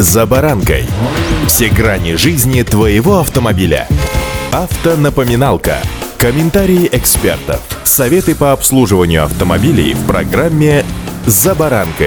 «За баранкой». Все грани жизни твоего автомобиля. Автонапоминалка. Комментарии экспертов. Советы по обслуживанию автомобилей в программе «За баранкой».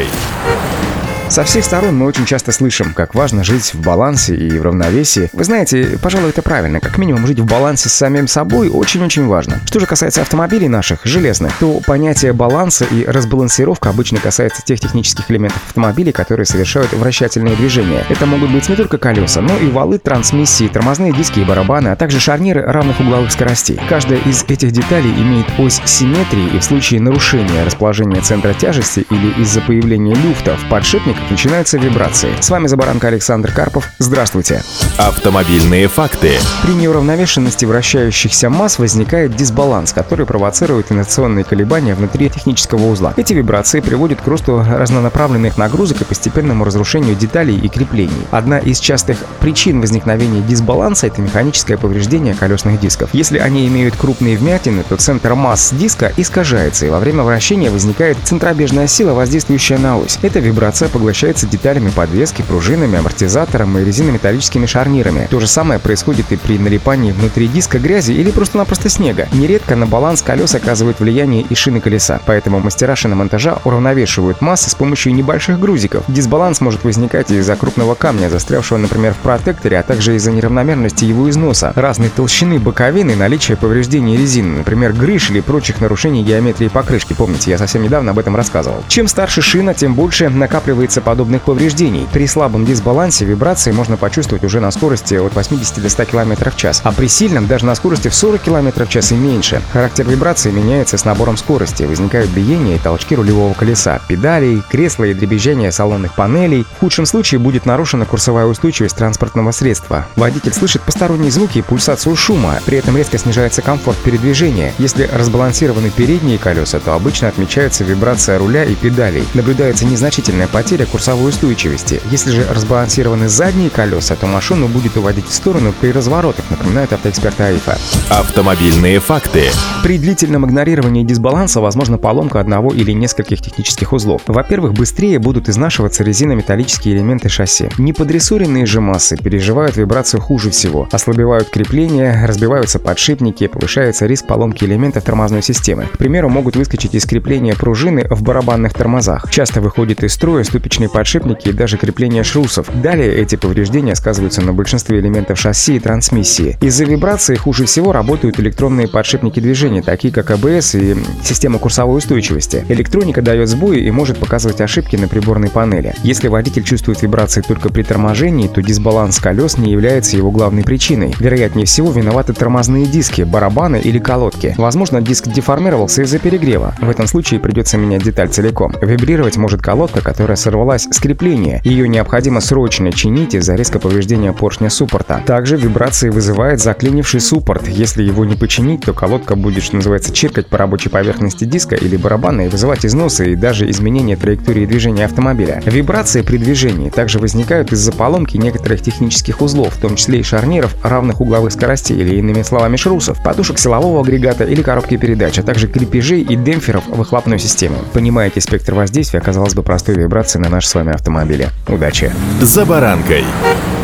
Со всех сторон мы очень часто слышим, как важно жить в балансе и в равновесии. Вы знаете, пожалуй, это правильно. Как минимум, жить в балансе с самим собой очень-очень важно. Что же касается автомобилей наших, железных, то понятие баланса и разбалансировка обычно касается тех технических элементов автомобилей, которые совершают вращательные движения. Это могут быть не только колеса, но и валы, трансмиссии, тормозные диски и барабаны, а также шарниры равных угловых скоростей. Каждая из этих деталей имеет ось симметрии, и в случае нарушения расположения центра тяжести или из-за появления люфта в подшипниках начинаются вибрации. С вами «За баранкой» Александр Карпов. Здравствуйте. Автомобильные факты. При неуравновешенности вращающихся масс возникает дисбаланс, который провоцирует инерционные колебания внутри технического узла. Эти вибрации приводят к росту разнонаправленных нагрузок и постепенному разрушению деталей и креплений. Одна из частых причин возникновения дисбаланса – это механическое повреждение колесных дисков. Если они имеют крупные вмятины, то центр масс диска искажается, и во время вращения возникает центробежная сила, воздействующая на ось. Эта вибрация поглощается деталями подвески, пружинами, амортизатором и резинометаллическими шарнирами. То же самое происходит и при налипании внутри диска грязи или просто-напросто снега. Нередко на баланс колес оказывают влияние и шины колеса, поэтому мастера шиномонтажа уравновешивают массы с помощью небольших грузиков. Дисбаланс может возникать из-за крупного камня, застрявшего, например, в протекторе, а также из-за неравномерности его износа, разной толщины боковины и наличия повреждений резины, например, грыж или прочих нарушений геометрии покрышки. Помните, я совсем недавно об этом рассказывал. Чем старше шина, тем больше накапливается подобных повреждений. При слабом дисбалансе вибрации можно почувствовать уже на скорости от 80 до 100 км в час, а при сильном даже на скорости в 40 км в час и меньше. Характер вибрации меняется с набором скорости. Возникают биения и толчки рулевого колеса, педалей, кресла и дребезжание салонных панелей. В худшем случае будет нарушена курсовая устойчивость транспортного средства. Водитель слышит посторонние звуки и пульсацию шума, при этом резко снижается комфорт передвижения. Если разбалансированы передние колеса, то обычно отмечается вибрация руля и педалей. Наблюдается незначительная потеря курсовой устойчивости. Если же разбалансированы задние колеса, то машину будет уводить в сторону при разворотах, напоминает автоэксперт АИФа. Автомобильные факты. При длительном игнорировании дисбаланса возможна поломка одного или нескольких технических узлов. Во-первых, быстрее будут изнашиваться резинометаллические элементы шасси. Неподрессоренные же массы переживают вибрацию хуже всего. Ослабевают крепления, разбиваются подшипники, повышается риск поломки элементов тормозной системы. К примеру, могут выскочить из крепления пружины в барабанных тормозах. Часто выходит из строя ступичные подшипники и даже крепления шрусов. Далее эти повреждения сказываются на большинстве элементов шасси и трансмиссии. Из-за вибрации хуже всего работают электронные подшипники движения, такие как АБС и система курсовой устойчивости. Электроника дает сбои и может показывать ошибки на приборной панели. Если водитель чувствует вибрации только при торможении, то дисбаланс колес не является его главной причиной. Вероятнее всего виноваты тормозные диски, барабаны или колодки. Возможно, диск деформировался из-за перегрева. В этом случае придется менять деталь целиком. Вибрировать может колодка, которая сорвалась с крепления. Ее необходимо срочно чинить из-за риска повреждения поршня суппорта. Также вибрации вызывает заклинивший суппорт. Если его не починить, то колодка будет, что называется, чиркать по рабочей поверхности диска или барабана и вызывать износы и даже изменение траектории движения автомобиля. Вибрации при движении также возникают из-за поломки некоторых технических узлов, в том числе и шарниров равных угловых скоростей или, иными словами, шрусов, подушек силового агрегата или коробки передач, а также крепежей и демпферов выхлопной системы. Понимаете спектр воздействия, казалось бы, простой вибрации на наши с вами автомобили. Удачи! «За баранкой».